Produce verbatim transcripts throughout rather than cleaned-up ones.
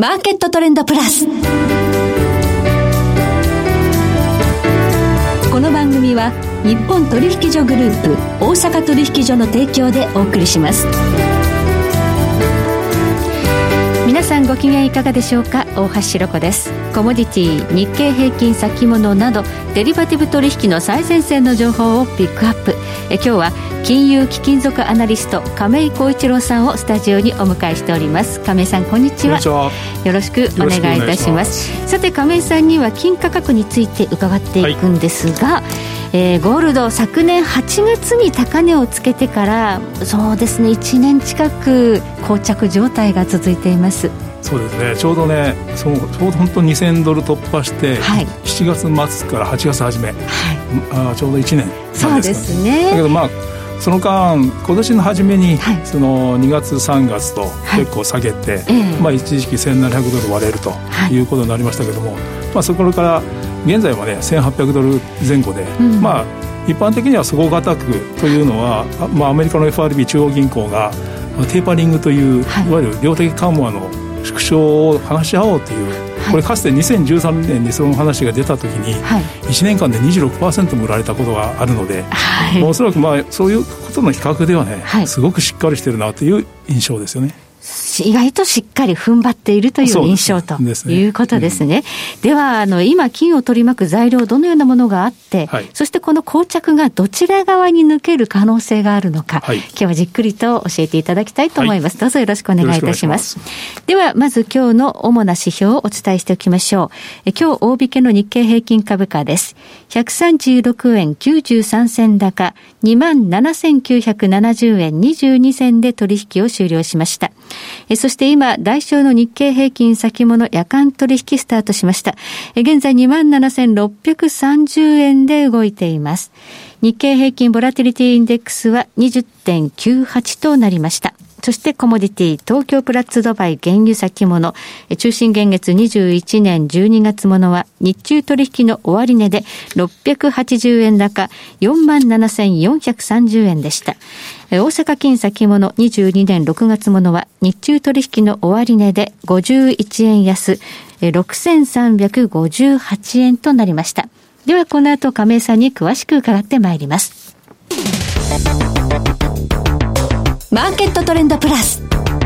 マーケットトレンドプラス。この番組は日本取引所グループ大阪取引所の提供でお送りします。皆さんご機嫌いかがでしょうか。大橋ろ子です。コモディティ、日経平均先物などデリバティブ取引の最前線の情報をピックアップ。え今日は金融貴金属アナリスト亀井浩一郎さんをスタジオにお迎えしております。亀井さん、こんにちは。 こんにちは。 よろしくお願いいたします。さて、亀井さんには金価格について伺っていくんですが、はいえー、ゴールド昨年はちがつに高値をつけてからそうですねいちねん近く膠着状態が続いています。 そうですね、ちょうどねそう、ちょうど本当にせんドル突破して、はい、しちがつ末からはちがつ初め、はい、あちょうどいちねんなんですかね。 そうですね。 だけどまあその間今年の初めに、はい、そのにがつさんがつと結構下げて、はいまあ、一時期せんななひゃくドル割れるということになりましたけども、はいまあ、そこから現在はねせんはっぴゃくドルぜん後で、うんまあ、一般的には底堅くというのは、まあ、アメリカの エフアールビー 中央銀行がテーパリングという、はい、いわゆる量的緩和の縮小を話し合おうという、はい、これかつてにせんじゅうさんねんにその話が出た時に、はい、いちねんかんで にじゅうろくパーセント も売られたことがあるので、はい、おそらくまあそういうことの比較ではね、はい、すごくしっかりしてるなという印象ですよね。 意外としっかり踏ん張っているという印象ということですね。ではあの今金を取り巻く材料どのようなものがあって、はい、そしてこの膠着がどちら側に抜ける可能性があるのか、はい、今日はじっくりと教えていただきたいと思います、はい、どうぞよろしくお願いいたします。ではまず今日の主な指標をお伝えしておきましょう。え今日大引けの日経平均株価です。ひゃくさんじゅうろくえんきゅうじゅうさんせん高 にまんななせんきゅうひゃくななじゅうえんにじゅうにせんで取引を終了しました。えそして今代償の日経平均先物夜間取引スタートしました。え現在 にまんななせんろっぴゃくさんじゅうえんで動いています。日経平均ボラティリティインデックスは にじゅってんきゅうはち となりました。そしてコモディティ東京プラッツドバイ原油先物中心現月にじゅういちねんじゅうにがつものは日中取引の終値でろっぴゃくはちじゅうえん高 よんまんななせんよんひゃくさんじゅうえんでした。大阪金先物にじゅうにねんろくがつものは日中取引の終値でごじゅういちえん安ろくせんさんびゃくごじゅうはちえんとなりました。ではこの後亀井さんに詳しく伺ってまいります。マーケットトレンドプラス。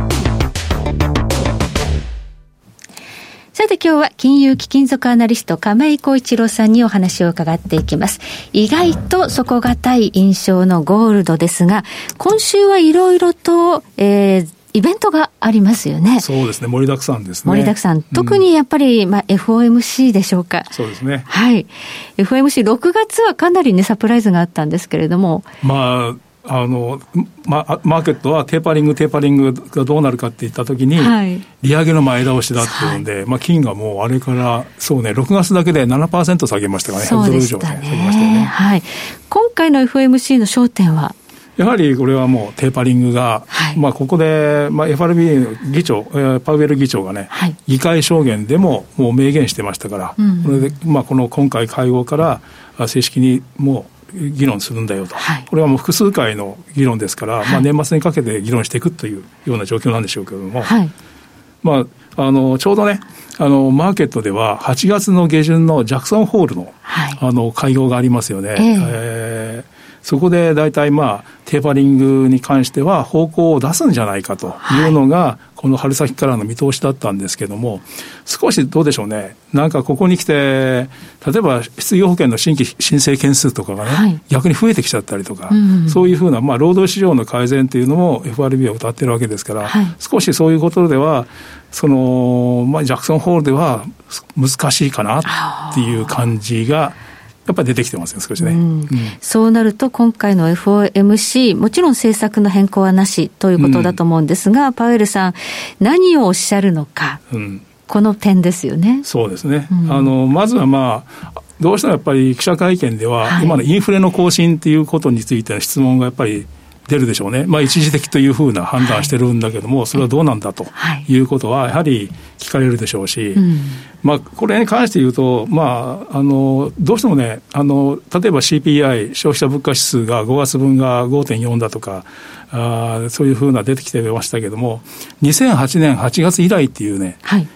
さて今日は金融貴金属アナリスト亀井浩一郎さんにお話を伺っていきます。意外と底堅い印象のゴールドですが、今週はいろいろと、えーイベントがありますよね。 そうですね、盛りだくさんですね。 盛りだくさん、特にやっぱり、うんまあ、エフオーエムシー でしょうか。 そうですね、 はい。エフオーエムシーろくがつはかなりねサプライズがあったんですけれども、 まああのま、マーケットはテーパリングテーパリングがどうなるかっていったときに、はい、利上げの前倒しだっていうので、はいまあ、金がもうあれからそうねろくがつだけで ななパーセント 下げましたからね。 そうでしたね。ひゃくドル以上、ね、下げましたよね。はい。今回の エフオーエムシー の焦点はやはりこれはもうテーパリングが、はいまあ、ここで、まあ、エフアールビー の議長、パウエル議長がね、はい、議会証言でももう明言してましたから、うん、これで、まあ、この今回会合から正式にもう議論するんだよと、はい、これはもう複数回の議論ですから、はいまあ、年末にかけて議論していくというような状況なんでしょうけれども、はいまあ、あのちょうどねあのマーケットでははちがつの下旬のジャクソンホールの、はい、あの会合がありますよね。えーえーそこで大体まあテーパリングに関しては方向を出すんじゃないかというのがこの春先からの見通しだったんですけども、少しどうでしょうね、なんかここに来て例えば失業保険の新規申請件数とかがね、はい、逆に増えてきちゃったりとか、うんうん、そういうふうなまあ労働市場の改善というのも エフアールビー は謳ってるわけですから、はい、少しそういうことではその、まあ、ジャクソンホールでは難しいかなっていう感じがやっぱり出てきてますよ少しね、うんうん、 そうなると今回の エフオーエムシー もちろん政策の変更はなしということだと思うんですが、うん、パウエルさん何をおっしゃるのか、うん、この点ですよね。 そうですね、うん、あのまずはまあどうしてもやっぱり記者会見では、はい、今のインフレの更新ということについての質問がやっぱり出るでしょうね。まあ一時的というふうな判断してるんだけども、はい、それはどうなんだということはやはり聞かれるでしょうし、うん、まあこれに関して言うと、まああのどうしてもね、あの例えば シーピーアイ 消費者物価指数がごがつ分が ごてんよん だとか、あそういうふうな出てきてましたけども、にせんはちねんはちがつ以来っていうね、はい、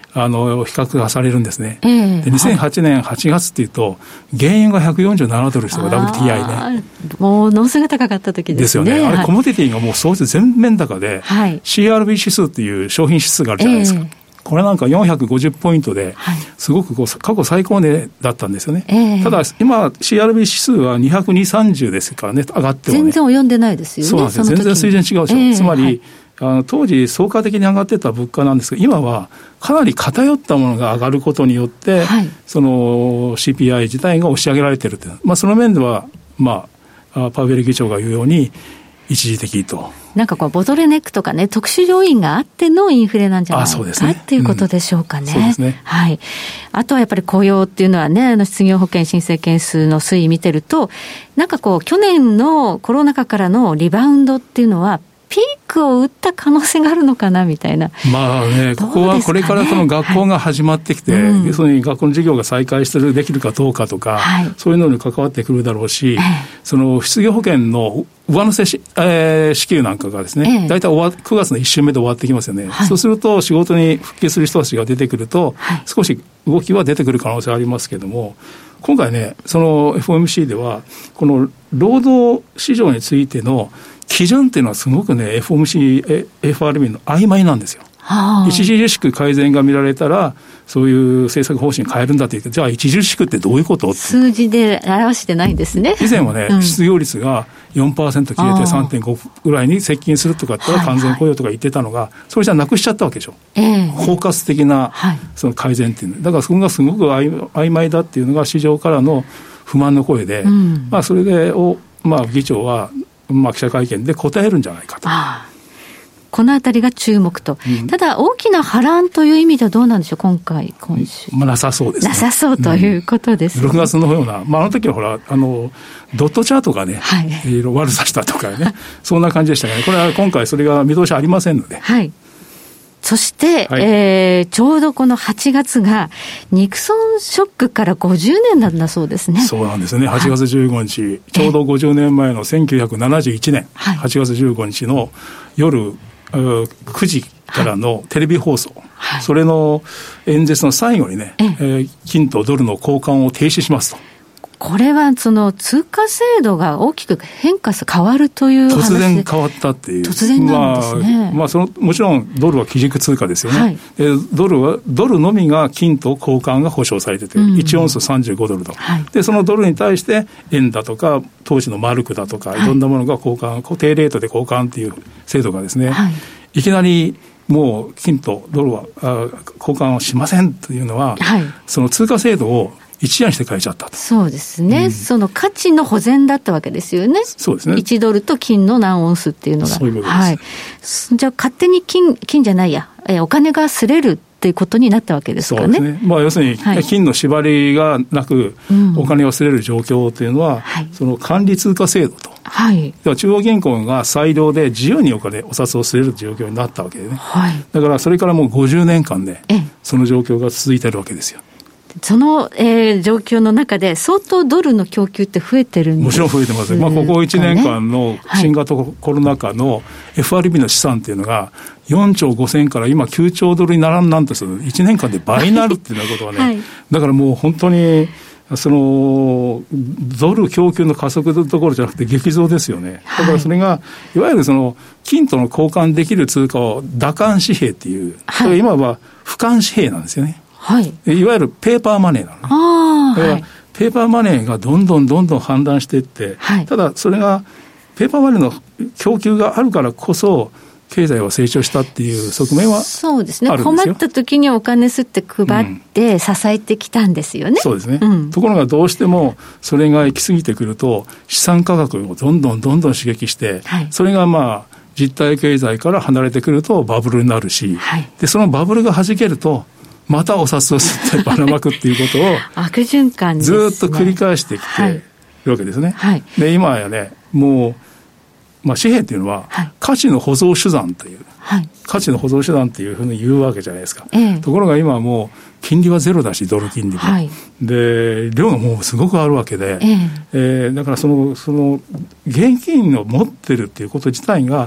あの比較がされるんですね、えー、でにせんはちねんはちがつっていうと原油がひゃくよんじゅうななドルですよ ダブリューティーアイ ね。 もうものすごい高かった時ですね。 ですよね。あれコモディティがもう総じて全面高で、はい、シーアールビー 指数っていう商品指数があるじゃないですか、えー、これなんかよんひゃくごじゅうポイントで、はい、すごくこう過去最高値だったんですよね、えー、ただ今 シーアールビー 指数はにひゃくにじゅう、さんじゅうですからね、上がってもね全然及んでないですよね。 そうなんですよ。全然水準違うでしょ、えー、つまり、はい、あの当時相関的に上がってた物価なんですが、今はかなり偏ったものが上がることによって、はい、その シーピーアイ 自体が押し上げられているという、まあ、その面では、まあ、パウエル議長が言うように一時的と。 なんかこうボトルネックとかね、特殊要因があってのインフレなんじゃないかっていうことでしょうかね。 そうですね。 はい。あとはやっぱり雇用っていうのはね、あの失業保険申請件数の推移見てると、なんかこう去年のコロナ禍からのリバウンドっていうのはピークを打った可能性があるのかなみたいな。 まあね、ここはこれからその学校が始まってきて、はい、要するに学校の授業が再開するできるかどうかとか、はい、そういうのに関わってくるだろうし、ええ、その失業保険の上乗せし、えー、支給なんかがですね、大体終わくがつのいっ週目で終わってきますよね、はい、そうすると仕事に復帰する人たちが出てくると、はい、少し動きは出てくる可能性ありますけれども、今回ね、その エフオーエムシー ではこの労働市場についての基準っていうのはすごくね エフオーエムシー、エフアールビー の曖昧なんですよ。はあ、著しく改善が見られたらそういう政策方針変えるんだと言って、じゃあ著しくってどういうこと？ 数字で表してないんですね。 以前はね、うん、失業率が よんパーセント 消えて さんてんご ぐらいに接近するとかって完全雇用とか言ってたのが、はいはい、それじゃなくしちゃったわけでしょ、えー、包括的なその改善っていうのだからそこがすごく曖昧だっていうのが市場からの不満の声で、うん、まあ、それでを、まあ、議長はまあ、記者会見で答えるんじゃないかと。ああ、 このあたりが注目と、うん、ただ大きな波乱という意味ではどうなんでしょう、今回今週、 まあ、なさそうですね。 なさそうということです、ね、 うん、ろくがつのような、まあ、あの時はほらあのドットチャートがね、はい、いろいろ悪さしたとかねそんな感じでしたね。これは今回それが見通しありませんので、 はい。そして、はい、えー、ちょうどこのはちがつがニクソンショックからごじゅうねんなんだそうですね。 そうなんですね。はちがつじゅうごにち、はい、ちょうどごじゅうねんまえのせんきゅうひゃくななじゅういちねん、はい、はちがつじゅうごにちの夜くじからのテレビ放送、はい、それの演説の最後にね、えー、金とドルの交換を停止しますと。 これはその通貨制度が大きく変化す変わるという話で、 突然変わったっていう。 突然なんですね。 まあ、まあ、そのもちろんドルは基軸通貨ですよね、はい、でドルはドルのみが金と交換が保証されてて、うん、いちオンスさんじゅうごドルと、はい、でそのドルに対して円だとか当時のマルクだとかいろんなものが交換、はい、固定レートで交換っていう制度がですね、はい、いきなりもう金とドルは交換をしませんというのは、はい、その通貨制度を一夜にして変えちゃったと。 そうですね、うん、その価値の保全だったわけですよね。 そうですね。 いちドルと金の何オンスっていうのが、 そういうことです、 はい、じゃあ勝手に金金じゃないや、えお金が擦れるっていうことになったわけですかね。 そうですね、まあ、要するに、はい、金の縛りがなくお金を擦れる状況というのは、うん、その管理通貨制度と、はい、では中央銀行が裁量で自由にお金お札を擦れる状況になったわけでね、はい、だからそれからもうごじゅうねんかんでその状況が続いているわけですよ。 その、えー、状況の中で相当ドルの供給って増えてるんですかね。 もちろん増えてますね、まあ、ここいちねんかんの新型コロナ禍の エフアールビー の資産っていうのがよんちょうごせんから今きゅうちょうドルにならんなんてするいちねんかんで倍になるっていうようなことはね、はい、だからもう本当にそのドル供給の加速どころじゃなくて激増ですよね。だからそれがいわゆるその金との交換できる通貨を打換紙幣っていう、はい、今は俯瞰紙幣なんですよね。はい、いわゆるペーパーマネーなのね。あ、だから、はい、ペーパーマネーがどんどんどんどん氾濫していって、はい、ただそれがペーパーマネーの供給があるからこそ経済は成長したっていう側面はあるんですよ。 そうですね。困った時にお金すって配って支えてきたんですよね、うん、 そうですね、うん、ところがどうしてもそれが行き過ぎてくると資産価格をどんどんどんどん刺激して、はい、それがまあ実体経済から離れてくるとバブルになるし、はい、でそのバブルが弾けるとまたお札を吸ってばらまくっていうことを悪循環ですね。 ずっと繰り返してきているわけですね、はい、で今やねもう、まあ、紙幣っていうのは価値の保存手段という、はい、価値の保存手段というふうに言うわけじゃないですか、ええ、ところが今はもう金利はゼロだしドル金利も、はい、で量がもうすごくあるわけで、えええー、だからその、その現金を持ってるっていうこと自体が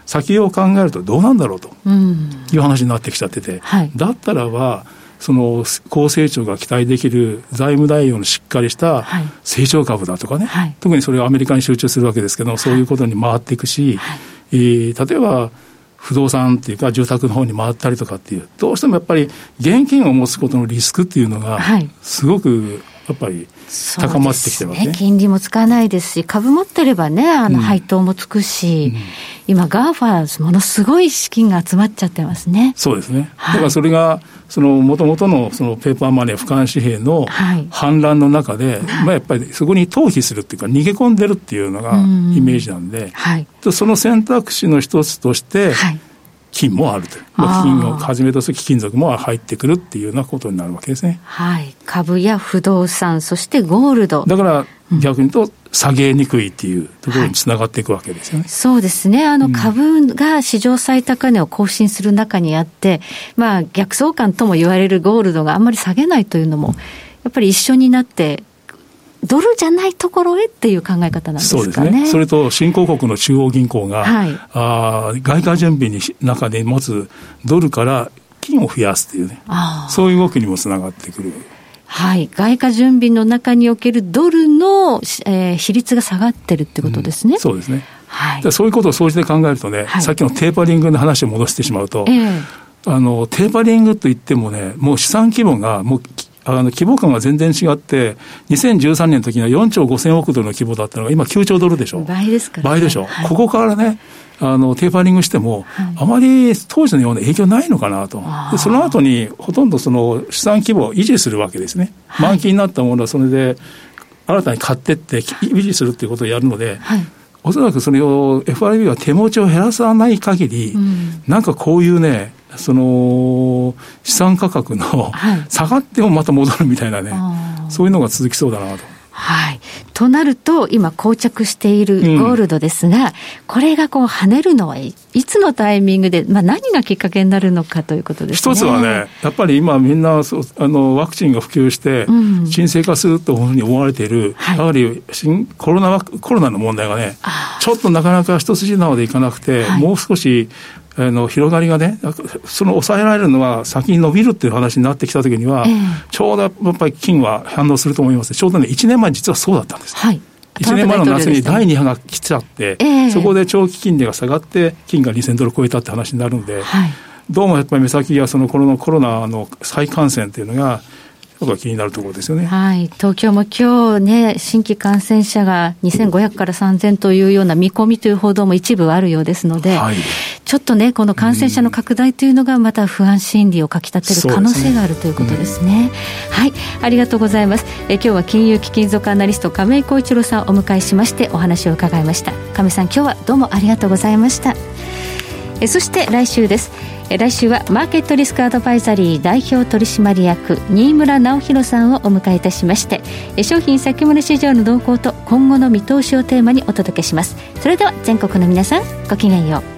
先を考えるとどうなんだろうという話になってきちゃってて、はい、だったらばその高成長が期待できる財務内容のしっかりした成長株だとかね、はい、特にそれはアメリカに集中するわけですけど、そういうことに回っていくし、はい、えー、例えば不動産っていうか住宅の方に回ったりとかっていう、どうしてもやっぱり現金を持つことのリスクっていうのがすごくやっぱり高まってきてますね。 そうですね、金利もつかないですし、株持ってればね、あの配当もつくし、うんうん、今ガーファーものすごい資金が集まっちゃってますね。 そうですね、はい、だからそれがその元々のそのペーパーマネー俯瞰紙幣の反乱の中で、はい、まあ、やっぱりそこに逃避するっていうか逃げ込んでるっていうのがイメージなんで、うん、はい、その選択肢の一つとして、はい、金もあると、まあ、金をはじめとする貴金属も入ってくるっていうようなことになるわけですね。 はい、株や不動産、そしてゴールド、 だから逆に言うと下げにくいっていうところにつながっていくわけですよね。はい、 そうですね、あの株が史上最高値を更新する中にあって、まあ、逆相関とも言われるゴールドがあんまり下げないというのもやっぱり一緒になってドルじゃないところへっていう考え方なんですかね。そうですね。 それと新興国の中央銀行が、はい、あ外貨準備に中で持つドルから金を増やすっていうね、そういう動きにもつながってくる。 はい、外貨準備の中におけるドルの、えー、比率が下がってるってことですね。うん、 そうですね。はい、そういうことを総じて考えるとね、はい、さっきのテーパリングの話を戻してしまうと、えー、あのテーパリングといってもね、もう資産規模がもうあの規模感が全然違って、にせんじゅうさんねんの時にはよんちょうごせんおくドルの規模だったのが今きゅうちょうドルでしょ。 倍ですからね。 倍でしょ。はい、ここからね、あのテーパリングしても、はい、あまり当時のような影響ないのかなと。でその後にほとんどその資産規模を維持するわけですね。はい、満期になったものはそれで新たに買ってって維持するっていうことをやるので、はい、おそらくそれを エフアールビー は手持ちを減らさない限り、うん、なんかこういうね、その資産価格の下がってもまた戻るみたいなね、はい、そういうのが続きそうだなと。 はい。となると、今膠着しているゴールドですが、うん、これがこう跳ねるのはいつのタイミングで、まあ、何がきっかけになるのかということですね。 一つはね、やっぱり今みんなそうあのワクチンが普及して沈静化するというふうに思われている、うん、やはり新コロナコロナの問題がね、ちょっとなかなか一筋縄でいかなくて、はい、もう少しあの広がりがね、その抑えられるのは先に伸びるっていう話になってきたときには、えー、ちょうどやっぱり金は反応すると思います。ちょうどね、いちねんまえに実はそうだったんです。はい、いちねんまえの夏にだいに波が来ちゃって、えー、そこで長期金利が下がって金がにせんドル超えたって話になるんで、はい、どうもやっぱり目先はそのコロナ、コロナの再感染っていうのが僕は気になるところですよね。 はい、東京も今日ね、新規感染者がにせんごひゃくからさんぜんというような見込みという報道も一部あるようですので、はい、ちょっとね、この感染者の拡大というのがまた不安心理をかきたてる可能性があるということですね。はい、ありがとうございます。え今日は金融貴金属アナリスト亀井浩一郎さんをお迎えしましてお話を伺いました。亀井さん、今日はどうもありがとうございました。えそして来週です。来週はマーケットリスクアドバイザリー代表取締役新村直弘さんをお迎えいたしまして、商品先物市場の動向と今後の見通しをテーマにお届けします。それでは全国の皆さん、ごきげんよう。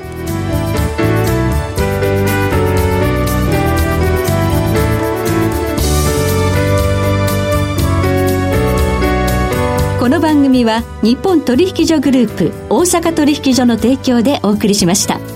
この番組は日本取引所グループ大阪取引所の提供でお送りしました。